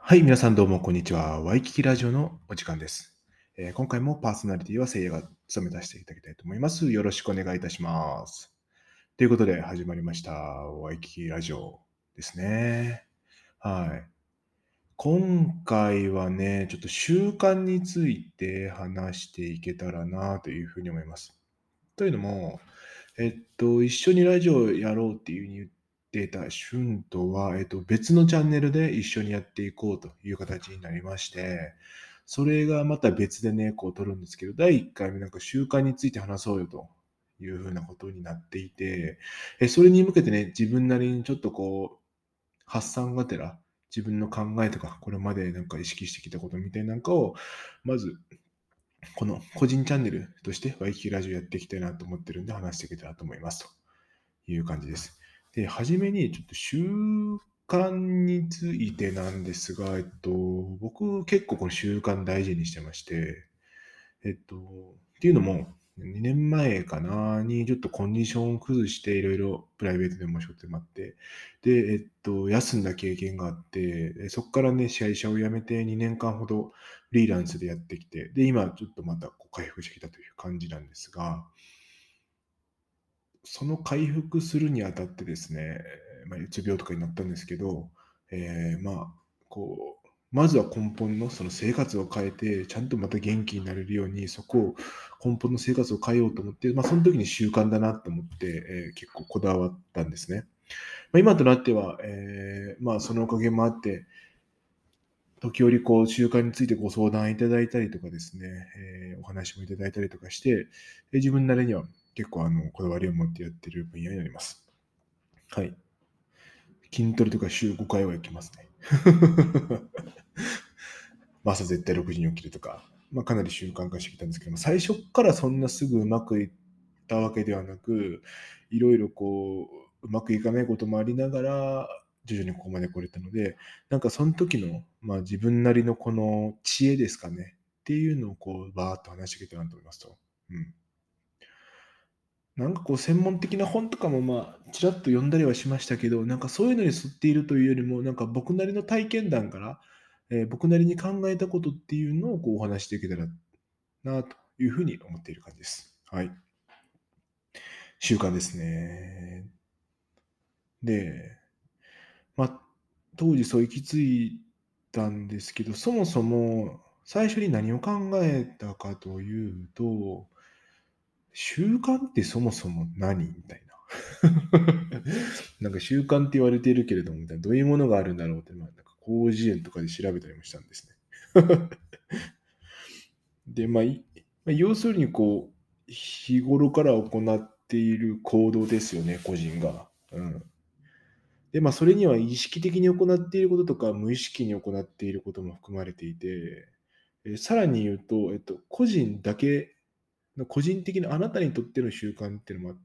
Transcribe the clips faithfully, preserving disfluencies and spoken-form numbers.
はい、皆さんどうもこんにちは。ワイキキラジオのお時間です。えー今回もパーソナリティはせいやが務めさせていただきたいと思います。よろしくお願いいたします。ということで始まりました。ワイキキラジオですね。はい。今回はね、ちょっと習慣について話していけたらなというふうに思います。というのも、えっと、一緒にラジオをやろうっていう風に言ってたシュンとは、えっと、別のチャンネルで一緒にやっていこうという形になりまして、それがまた別でね、こう撮るんですけど、だいいっかいめなんか習慣について話そうよという風なことになっていて、え、それに向けてね、自分なりにちょっとこう、発散がてら、自分の考えとか、これまでなんか意識してきたことみたいなんかを、まずこの個人チャンネルとしてワイキキラジオやっていきたいなと思ってるんで話していけたらと思いますという感じです。で、はじめにちょっと習慣についてなんですが、えっと、僕結構この習慣大事にしてまして、えっと、っていうのも、にねんまえかなにちょっとコンディションを崩していろいろプライベートでも仕事でもあって、で、えっと、休んだ経験があって、でそこからね、会社を辞めてにねんかんほどフリーランスでやってきて、で、今ちょっとまたこう回復してきたという感じなんですが、その回復するにあたってですね、まあ、うつ病とかになったんですけど、えーまあ、こう、まずは根本のその生活を変えて、ちゃんとまた元気になれるように、そこを根本の生活を変えようと思って、まあ、その時に習慣だなと思って、えー結構こだわったんですね。まあ、今となっては、えーまあ、そのおかげもあって、時折こう習慣についてご相談いただいたりとかですね、えーお話もいただいたりとかして、えー自分なりには結構あのこだわりを持ってやっている分野になります。はい。筋トレとか週ごかいは行きますね。まあ朝絶対ろくじに起きるとか、まあ、かなり習慣化してきたんですけども、最初っからそんなすぐうまくいったわけではなく、いろいろこう、うまくいかないこともありながら、徐々にここまで来れたので、なんかその時の、まあ、自分なりのこの知恵ですかね、っていうのをこう、バーっと話していけたらなと思いますと。うん。なんかこう専門的な本とかもまあ、ちらっと読んだりはしましたけど、なんかそういうのに沿っているというよりも、なんか僕なりの体験談から、えー僕なりに考えたことっていうのをこうお話しできたらなというふうに思っている感じです。はい。習慣ですね。で、まあ、当時そう行き着いたんですけど、そもそも最初に何を考えたかというと、習慣ってそもそも何みたいな。なんか習慣って言われているけれども、みたいな、どういうものがあるんだろうって、まあ、なんか広辞苑とかで調べたりもしたんですね。で、まあ、いまあ、要するにこう、日頃から行っている行動ですよね、個人が。うん。で、まあ、それには意識的に行っていることとか、無意識に行っていることも含まれていて、え、さらに言うと、えっと、個人だけの個人的なあなたにとっての習慣っていうのもあって、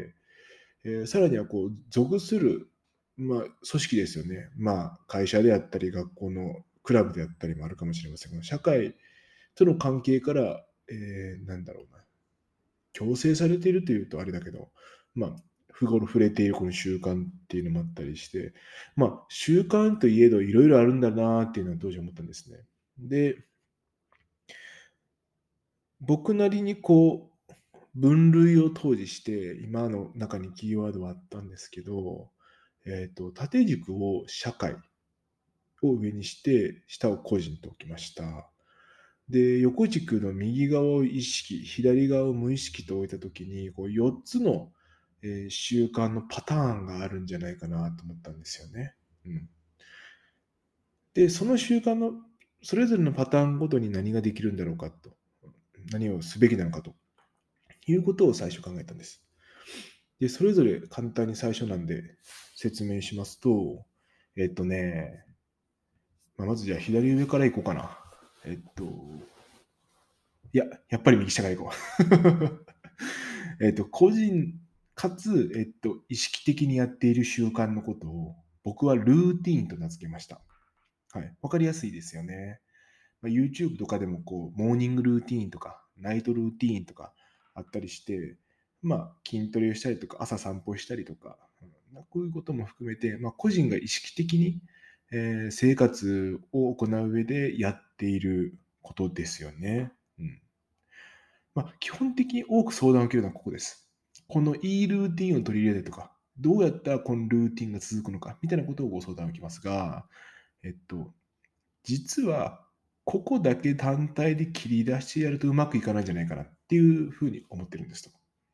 えーさらにはこう、属する、まあ、組織ですよね。まあ、会社であったり、学校のクラブであったりもあるかもしれませんが、社会との関係から、えーなんだろうな、強制されているというとあれだけど、まあ、日頃触れているこの習慣っていうのもあったりして、まあ、習慣といえどいろいろあるんだなっていうのは当時思ったんですね。で、僕なりにこう、分類を当時して、今の中にキーワードはあったんですけど、えっと、縦軸を社会を上にして、下を個人と置きました。で、横軸の右側を意識、左側を無意識と置いたときに、こうよっつの、えー習慣のパターンがあるんじゃないかなと思ったんですよね。うん。で、その習慣のそれぞれのパターンごとに何ができるんだろうかと、何をすべきなのかということを最初考えたんです。で、それぞれ簡単に最初なんで説明しますと、えっとね、まあ、まずじゃあ左上からいこうかな。えっと、いや、やっぱり右下からいこう。えっと、個人かつ、えっと、意識的にやっている習慣のことを、僕はルーティーンと名付けました。はい。わかりやすいですよね。まあ、YouTube とかでもこう、モーニングルーティーンとか、ナイトルーティーンとかあったりして、まあ、筋トレをしたりとか、朝散歩したりとか、うんこういうことも含めて、まあ、個人が意識的に、 えー生活を行う上でやっていることですよね。うん。まあ、基本的に多く相談を受けるのはここです。このいいルーティンを取り入れたりとか、どうやったらこのルーティンが続くのか、みたいなことをご相談を受けますが、えっと、実は、ここだけ単体で切り出してやるとうまくいかないんじゃないかなっていうふうに思ってるんですと。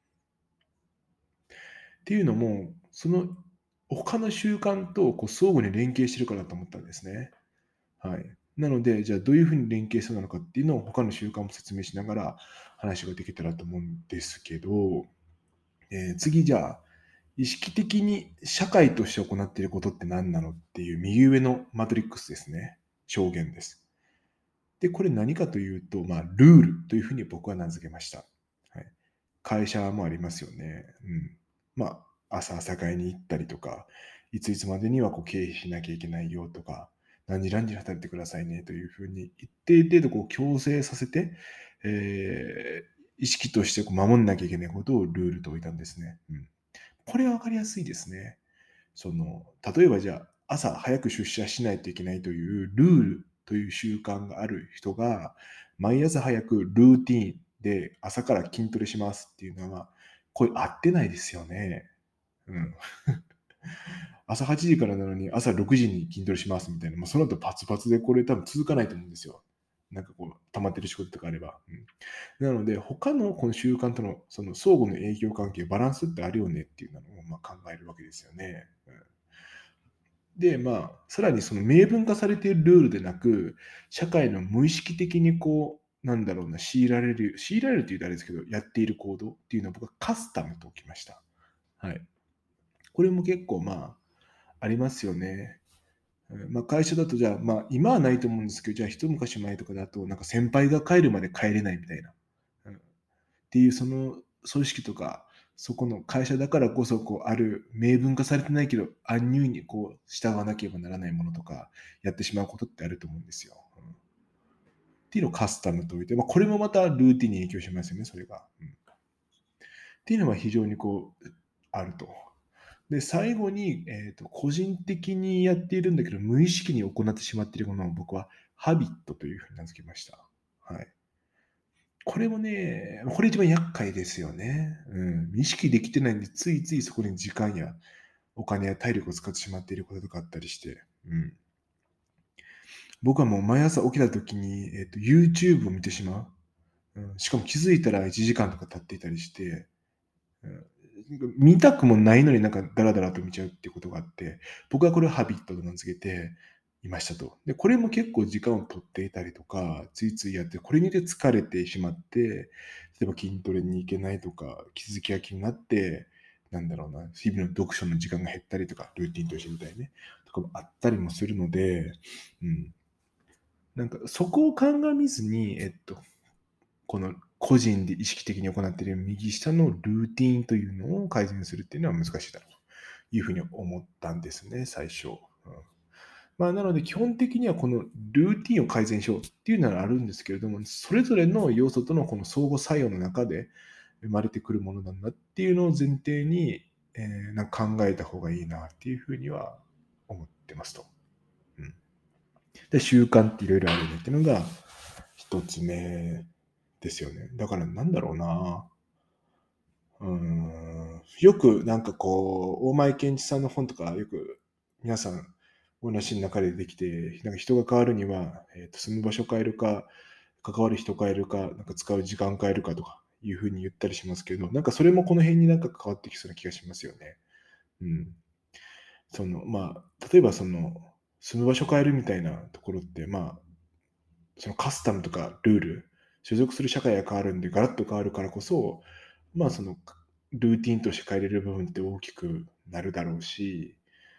っていうのも、その他の習慣とこう相互に連携してるからだと思ったんですね。はい。なので、じゃあどういうふうに連携しそうなのかっていうのを他の習慣も説明しながら話ができたらと思うんですけど、えー次じゃあ、意識的に社会として行っていることって何なのっていう右上のマトリックスですね。証言です。で、これ何かというと、まあ、ルールというふうに僕は名付けました。はい、会社もありますよね。うん。まあ、朝朝会に行ったりとか、いついつまでにはこう経費しなきゃいけないよとか、何時何時に働いてくださいねというふうに一定程度こう強制させて、えー意識としてこう守んなきゃいけないことをルールと置いたんですね。うん、これは分かりやすいですね。その、例えばじゃあ、朝早く出社しないといけないというルールという習慣がある人が、毎朝早くルーティーンで朝から筋トレしますっていうのは、これ合ってないですよね。うん。朝はちじからなのに朝ろくじに筋トレしますみたいな、もうその後パツパツでこれ多分続かないと思うんですよ。なんかこう、溜まってる仕事とかあれば。うん、なので、他のこの習慣とのその相互の影響関係、バランスってあるよねっていうのをまあ考えるわけですよね。うん、で、まあ、さらにその明文化されているルールでなく、社会の無意識的にこう、なんだろうな、強いられる、強いられるというとあれですけど、やっている行動っていうのを僕はカスタムと置きました。はい。これも結構まあ、ありますよね。うんまあ、会社だとじゃあ、まあ、今はないと思うんですけど、じゃあ一昔前とかだと、なんか先輩が帰るまで帰れないみたいな。うんっていうその組織とか、そこの会社だからこそ、こう、ある明文化されてないけど、安入にこう、従わなければならないものとか、やってしまうことってあると思うんですよ。うん、っていうのをカスタムといて、まあ、これもまたルーティンに影響しますよね、それが。うん、っていうのは非常にこう、あると。で、最後に、えっと、個人的にやっているんだけど、無意識に行ってしまっているものを僕はハビットというふうに名付けました。はい。これもね、これ一番厄介ですよね。うん。意識できてないんで、ついついそこに時間やお金や体力を使ってしまっていることとかあったりして、うん。僕はもう毎朝起きた時に、えっと、YouTube を見てしまう。うん。しかも気づいたらいちじかんとか経っていたりして、うん、見たくもないのになんかダラダラと見ちゃうっていうことがあって、僕はこれをハビットと名付けていましたと。で、これも結構時間を取っていたりとか、ついついやって、これによって疲れてしまって、例えば筋トレに行けないとか、気づきが気になって、なんだろうな、日々の読書の時間が減ったりとか、ルーティンとしてみたいね、とかもあったりもするので、うん。なんかそこを鑑みずに、えっと、この個人で意識的に行っている右下のルーティーンというのを改善するっていうのは難しいだろうというふうに思ったんですね、最初。うんまあ、なので、基本的にはこのルーティンを改善しようっていうのはあるんですけれども、それぞれの要素とのこの相互作用の中で生まれてくるものなんだっていうのを前提に、えーなんか考えた方がいいなっていうふうには思ってますと。うん、で、習慣っていろいろあるねっていうのが一つ目ですよね。だからなんだろうな。うーん。よくなんかこう、大前健一さんの本とかよく皆さんお話の中でできて、なんか人が変わるには、えっと、住む場所変えるか、関わる人変えるか、なんか使う時間変えるかとかいうふうに言ったりしますけど、なんかそれもこの辺になんか関わってきそうな気がしますよね。うん。その、まあ、例えばその、住む場所変えるみたいなところって、まあ、そのカスタムとかルール、所属する社会が変わるんで、ガラッと変わるからこそ、まあ、その、ルーティンとして変えれる部分って大きくなるだろうし、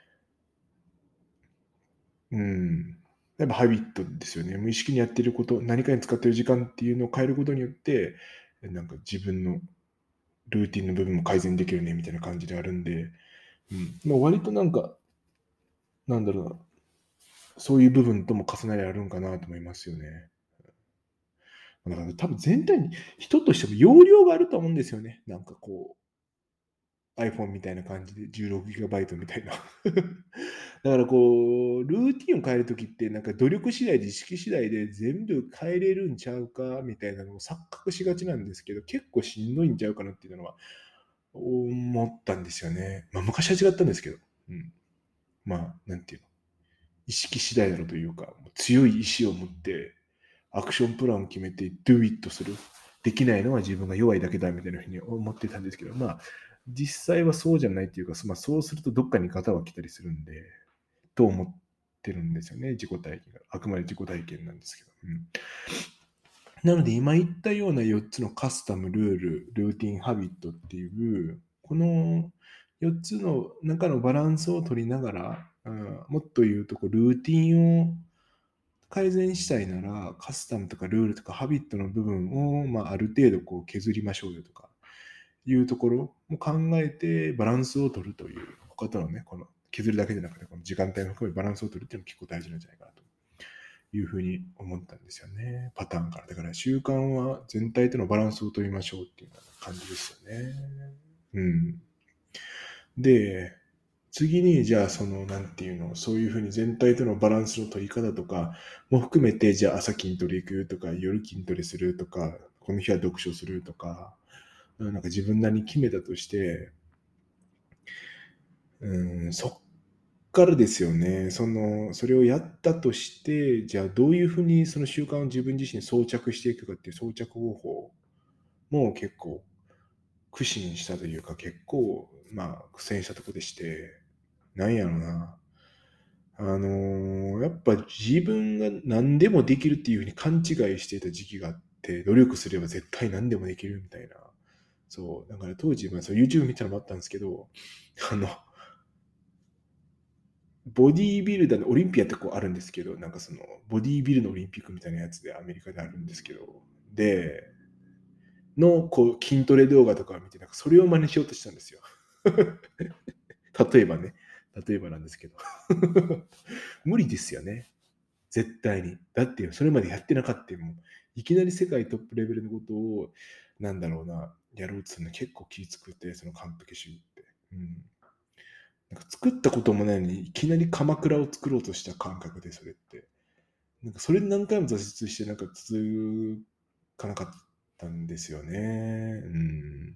うん。やっぱハビットですよね。無意識にやってること、何かに使ってる時間っていうのを変えることによって、なんか自分のルーティンの部分も改善できるねみたいな感じであるんで、うん。まあ、割となんか、なんだろうな、そういう部分とも重なりあるんかなと思いますよね。だから多分全体に人としても容量があると思うんですよね。なんかこう、 iPhone みたいな感じで じゅうろくギガバイト みたいな。だからこう、ルーティンを変えるときって、なんか努力次第で意識次第で全部変えれるんちゃうかみたいなのを錯覚しがちなんですけど、結構しんどいんちゃうかなっていうのは思ったんですよね。まあ昔は違ったんですけど。うん。まあ、なんていうの。意識次第だろうというか、強い意志を持ってアクションプランを決めて do it する。できないのは自分が弱いだけだみたいなふうに思ってたんですけど、まあ、実際はそうじゃないっていうか、まあ、そうするとどっかに型は来たりするんで、と思ってるんですよね、自己体験が。あくまで自己体験なんですけど。うん、なので、今言ったようなよっつのカスタム、ルール、ルーティン、ハビットっていう、このよっつの中のバランスを取りながら、うん、もっと言うとこう、ルーティンを改善したいなら、カスタムとかルールとかハビットの部分を、まあ、ある程度こう削りましょうよとかいうところも考えてバランスを取るという、他とのね、この削るだけじゃなくて、この時間帯も含めバランスを取るっていうのも結構大事なんじゃないかなというふうに思ったんですよね。パターンから。だから習慣は全体とのバランスを取りましょうっていうような感じですよね。うん。で、次に、じゃあ、その、なんていうの、そういうふうに全体とのバランスの取り方とかも含めて、じゃあ、朝筋トレ行くとか、夜筋トレするとか、この日は読書するとか、うんなんか自分なりに決めたとして、うん、そっからですよね。その、それをやったとして、じゃあ、どういうふうにその習慣を自分自身に装着していくかっていう装着方法も結構苦心したというか、結構、まあ、苦戦したところでして、なんやろな。あのーやっぱ自分が何でもできるっていうふうに勘違いしていた時期があって、努力すれば絶対何でもできるみたいな。そう。だから当時、まあ、そう YouTube 見たのもあったんですけど、あの、ボディービルダーのオリンピアってこうあるんですけど、なんかその、ボディービルのオリンピックみたいなやつでアメリカであるんですけど、で、のこう筋トレ動画とかを見て、なんかそれを真似しようとしたんですよ。例えばね。例えばなんですけど。無理ですよね。絶対に。だってそれまでやってなかったもん。いきなり世界トップレベルのことを、なんだろうな、やろうとするの結構気作って、その完璧主義って。うん。なんか作ったこともないのに、いきなり鎌倉を作ろうとした感覚で、それって。なんかそれに何回も挫折して、なんか続かなかったんですよね。うん。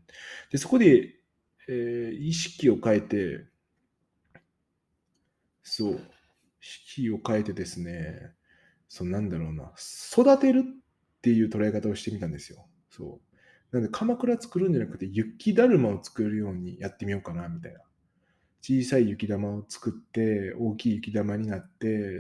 で、そこで、えー意識を変えて、そう、意識を変えてですね、そのなんだろうな、育てるっていう捉え方をしてみたんですよ。そう。なので、鎌倉作るんじゃなくて、雪だるまを作るようにやってみようかな、みたいな。小さい雪玉を作って、大きい雪玉になって、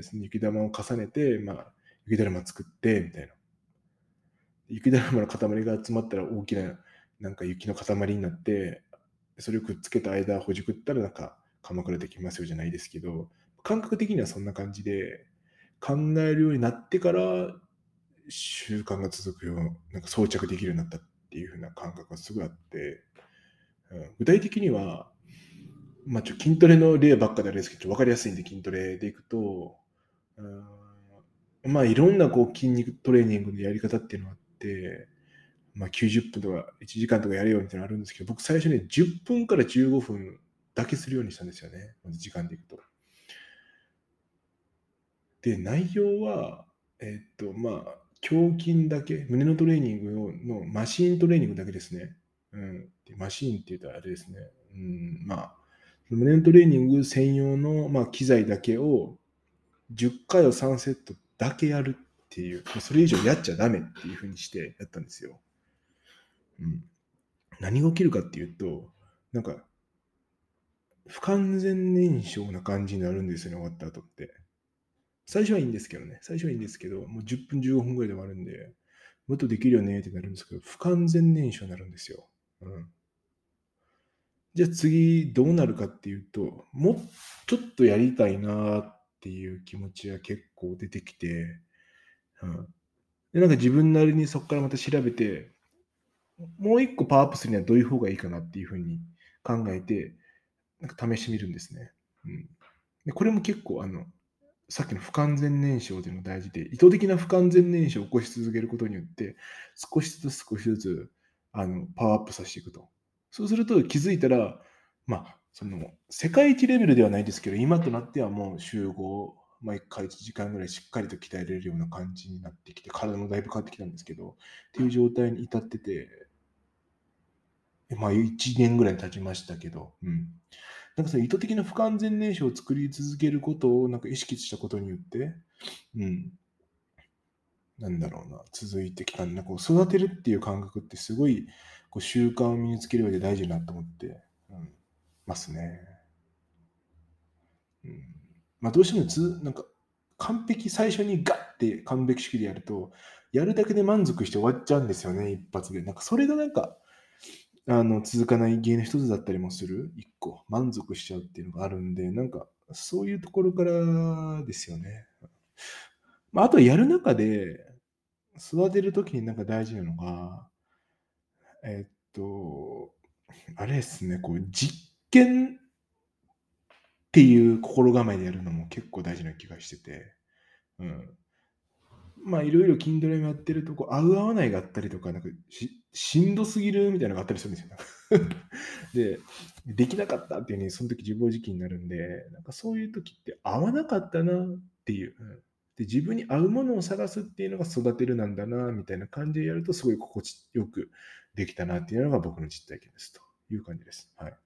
その雪玉を重ねて、まあ、雪だるま作って、みたいな。雪だるまの塊が集まったら大きな、なんか雪の塊になって、それをくっつけた間、ほじくったら、なんか、鎌倉できますよじゃないですけど、感覚的にはそんな感じで、考えるようになってから、習慣が続くよう、なんか装着できるようになったっていう風な感覚がすごいあって、うん、具体的には、まあ、ちょ筋トレの例ばっかであれですけど、分かりやすいんで筋トレでいくと、うんまあ、いろんなこう筋肉トレーニングのやり方っていうのがあって、まあ、きゅうじゅっぷんとかいちじかんとかやれよみたいなのあるんですけど、僕最初ね、じゅっぷんからじゅうごふんだけするようにしたんですよね。まず時間でいくと。で、内容は、えっと、まあ、胸筋だけ、胸のトレーニングののマシーントレーニングだけですね。うん。でマシーンって言うとあれですね。うん、まあ、胸のトレーニング専用の、まあ、機材だけをじゅっかいをさんセットだけやるっていう、それ以上やっちゃダメっていう風にしてやったんですよ。うん。何が起きるかっていうと、なんか、不完全燃焼な感じになるんですよね、終わった後って。最初はいいんですけどね。最初はいいんですけど、もうじゅっぷん、じゅうごふんぐらいで終わるんで、もっとできるよねってなるんですけど、不完全燃焼になるんですよ。うん。じゃあ次どうなるかっていうと、もうちょっとやりたいなっていう気持ちが結構出てきて、うん。で、なんか自分なりにそこからまた調べて、もう一個パワーアップするにはどういう方がいいかなっていうふうに考えて、なんか試してみるんですね。うん。で、これも結構あの、さっきの不完全燃焼というのが大事で、意図的な不完全燃焼を起こし続けることによって、少しずつ少しずつ、あの、パワーアップさせていくと。そうすると気づいたら、 まあ、その、世界一レベルではないですけど、今となってはもう週ご、毎回いちじかんぐらいしっかりと鍛えれるような感じになってきて、体もだいぶ変わってきたんですけど、っていう状態に至ってて、まあいちねんぐらい経ちましたけど、うん。なんかその意図的な不完全燃焼を作り続けることをなんか意識したことによって、うん、なんだろうな、続いてきたんだ。こう育てるっていう感覚ってすごいこう習慣を身につける上で大事だなと思って、うん、ますね。うん、まあどうしてもつ、なんか完璧最初にガッて完璧主義でやると、やるだけで満足して終わっちゃうんですよね、一発で。なんかそれがなんか、あの続かない原因の一つだったりもする、一個、満足しちゃうっていうのがあるんで、なんかそういうところからですよね。まあ、あとやる中で、育てるときになんか大事なのが、えっと、あれですね、こう、実験っていう心構えでやるのも結構大事な気がしてて、うん。まあ、いろいろ筋トレもやってると、こう、合う合わないがあったりとか、なんかし、しんどすぎるみたいなのがあったりするんですよ。で、できなかったっていうね、その時自暴自棄になるんで、なんかそういう時って合わなかったなっていう、うん、で、自分に合うものを探すっていうのが育てるなんだな、みたいな感じでやると、すごい心地よくできたなっていうのが僕の実体験ですという感じです。はい。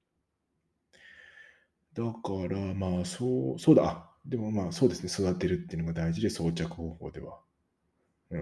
だから、まあ、そう、そうだ。でもまあ、そうですね。育てるっていうのが大事で、装着方法では。うん。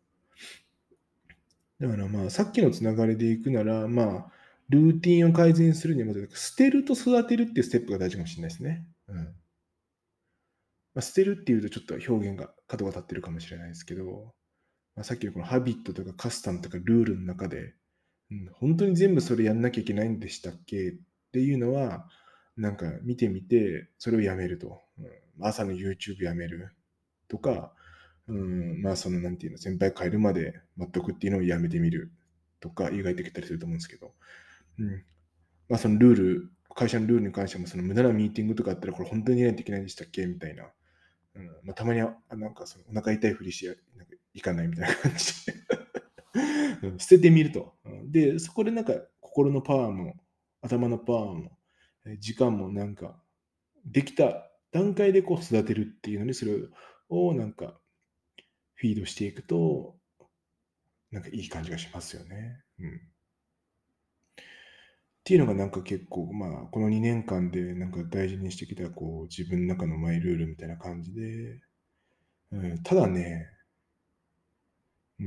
だからまあ、さっきのつながりでいくなら、まあ、ルーティンを改善するには、まず、捨てると育てるっていうステップが大事かもしれないですね。うん。まあ、捨てるっていうとちょっと表現が角が立ってるかもしれないですけど、まあ、さっきのこのハビットとかカスタムとかルールの中で、うん、本当に全部それやんなきゃいけないんでしたっけっていうのは、なんか見てみて、それをやめると。うん、朝の YouTube やめるとか、うん、まあそのなんていうの、先輩変えるまで待っとくっていうのをやめてみるとか、意外ときたりすると思うんですけど、うん、まあそのルール、会社のルールに関しても、その無駄なミーティングとかあったら、これ本当にやらないといけないんでしたっけみたいな。うんまあ、たまには、あなんかそのお腹痛いふりしてなんかいかないみたいな感じでうん捨ててみると。うんで、そこでなんか心のパワーも、頭のパワーも、え時間もなんか、できた段階でこう育てるっていうのに、それをなんかフィードしていくと、なんかいい感じがしますよね。うん。っていうのがなんか結構、まあ、このにねんかんでなんか大事にしてきた、こう、自分の中のマイルールみたいな感じで、うん、ただね、うん、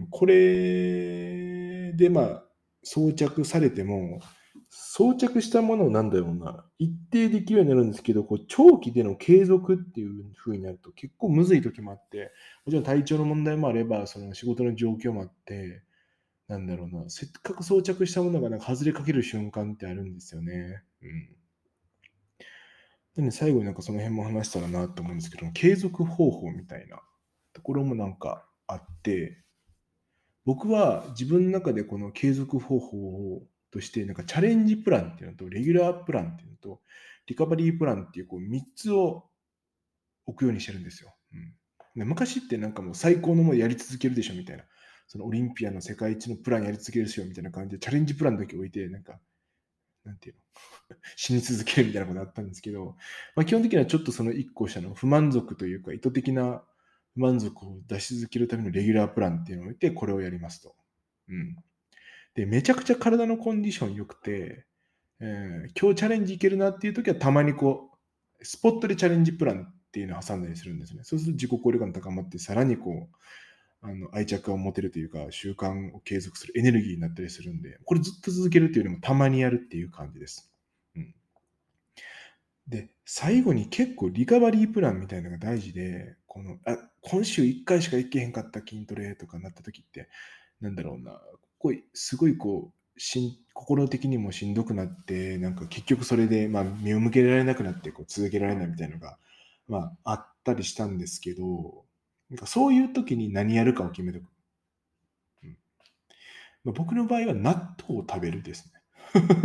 これで、まあ、装着されても、装着したものをなんだろうな、一定できるようになるんですけど、こう長期での継続っていう風になると結構むずい時もあって、もちろん体調の問題もあれば、その仕事の状況もあって、なんだろうな、せっかく装着したものがなんか外れかける瞬間ってあるんですよね。うん。でね、最後になんかその辺も話したらなと思うんですけども、継続方法みたいなところもなんかあって、僕は自分の中でこの継続方法をとして、なんかチャレンジプランっていうのと、レギュラープランっていうのと、リカバリープランっていうこうみっつを置くようにしてるんですよ。うん、で昔ってなんかもう最高のものやり続けるでしょみたいな、そのオリンピアの世界一のプランやり続けるでしょみたいな感じで、チャレンジプランだけ置いて、なんか、なんていうの、死に続けるみたいなことあったんですけど、まあ、基本的にはちょっとそのいっこ下の不満足というか、意図的な不満足を出し続けるためのレギュラープランっていうのを置いて、これをやりますと。うん。で、めちゃくちゃ体のコンディション良くて、えー今日チャレンジいけるなっていう時はたまにこう、スポットでチャレンジプランっていうのを挟んだりするんですね。そうすると自己効力感高まって、さらにこう、あの愛着を持てるというか、習慣を継続するエネルギーになったりするんで、これずっと続けるっていうよりもたまにやるっていう感じです。うん、で、最後に結構リカバリープランみたいなのが大事で、この、あ、今週いっかいしか行けへんかった筋トレとかなった時って、なんだろうな、こいすごいこう、しん心的にもしんどくなって、なんか結局それで、まあ、目を向けられなくなってこう続けられないみたいなのが、まあ、あったりしたんですけど、なんかそういう時に何やるかを決めとく。うんまあ、僕の場合は納豆を食べるですね。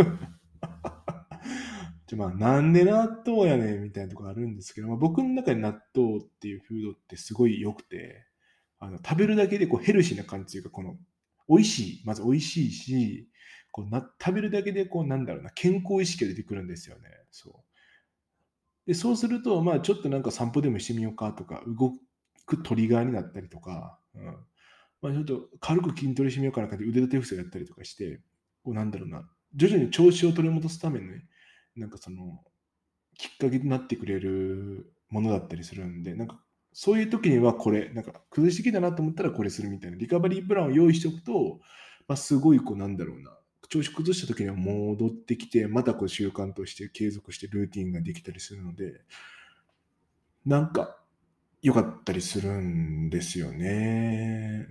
じゃまあ、なんで納豆やねんみたいなところあるんですけど、まあ、僕の中で納豆っていうフードってすごい良くて、あの食べるだけでこうヘルシーな感じというか、この美味しい、まず美味しいし、 こうな食べるだけでこうなんだろうな、健康意識が出てくるんですよね。そう。で、そうすると、まあ、ちょっとなんか散歩でもしてみようかとか、動くトリガーになったりとか、うん。まあ、ちょっと軽く筋トレしてみようかなって腕立て伏せやったりとかして、こうなんだろうな、徐々に調子を取り戻すためにね、なんかその、きっかけになってくれるものだったりするんで、なんか、そういう時にはこれ、なんか崩してきたなと思ったらこれするみたいなリカバリープランを用意しておくと、まあ、すごいこうなんだろうな、調子崩した時には戻ってきて、またこう習慣として継続してルーティンができたりするので、なんか良かったりするんですよね。うん。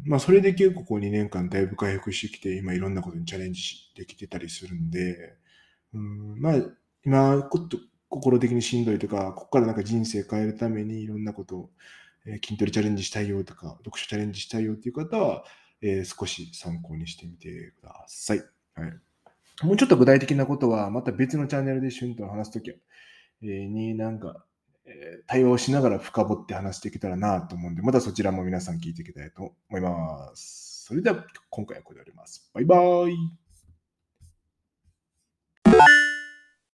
まあ、それで結構こうにねんかんだいぶ回復してきて、今いろんなことにチャレンジしできてたりするんで、うん、まあ、今、こっと心的にしんどいとか、ここからなんか人生変えるためにいろんなことを、えー筋トレチャレンジしたいよとか、読書チャレンジしたいよっていう方は、えー少し参考にしてみてください。はい。もうちょっと具体的なことは、また別のチャンネルでシュンと話すときに、なんか、えー対話をしながら深掘って話していけたらなと思うんで、またそちらも皆さん聞いていきたいと思います。それでは、今回はこれで終わります。バイバーイ。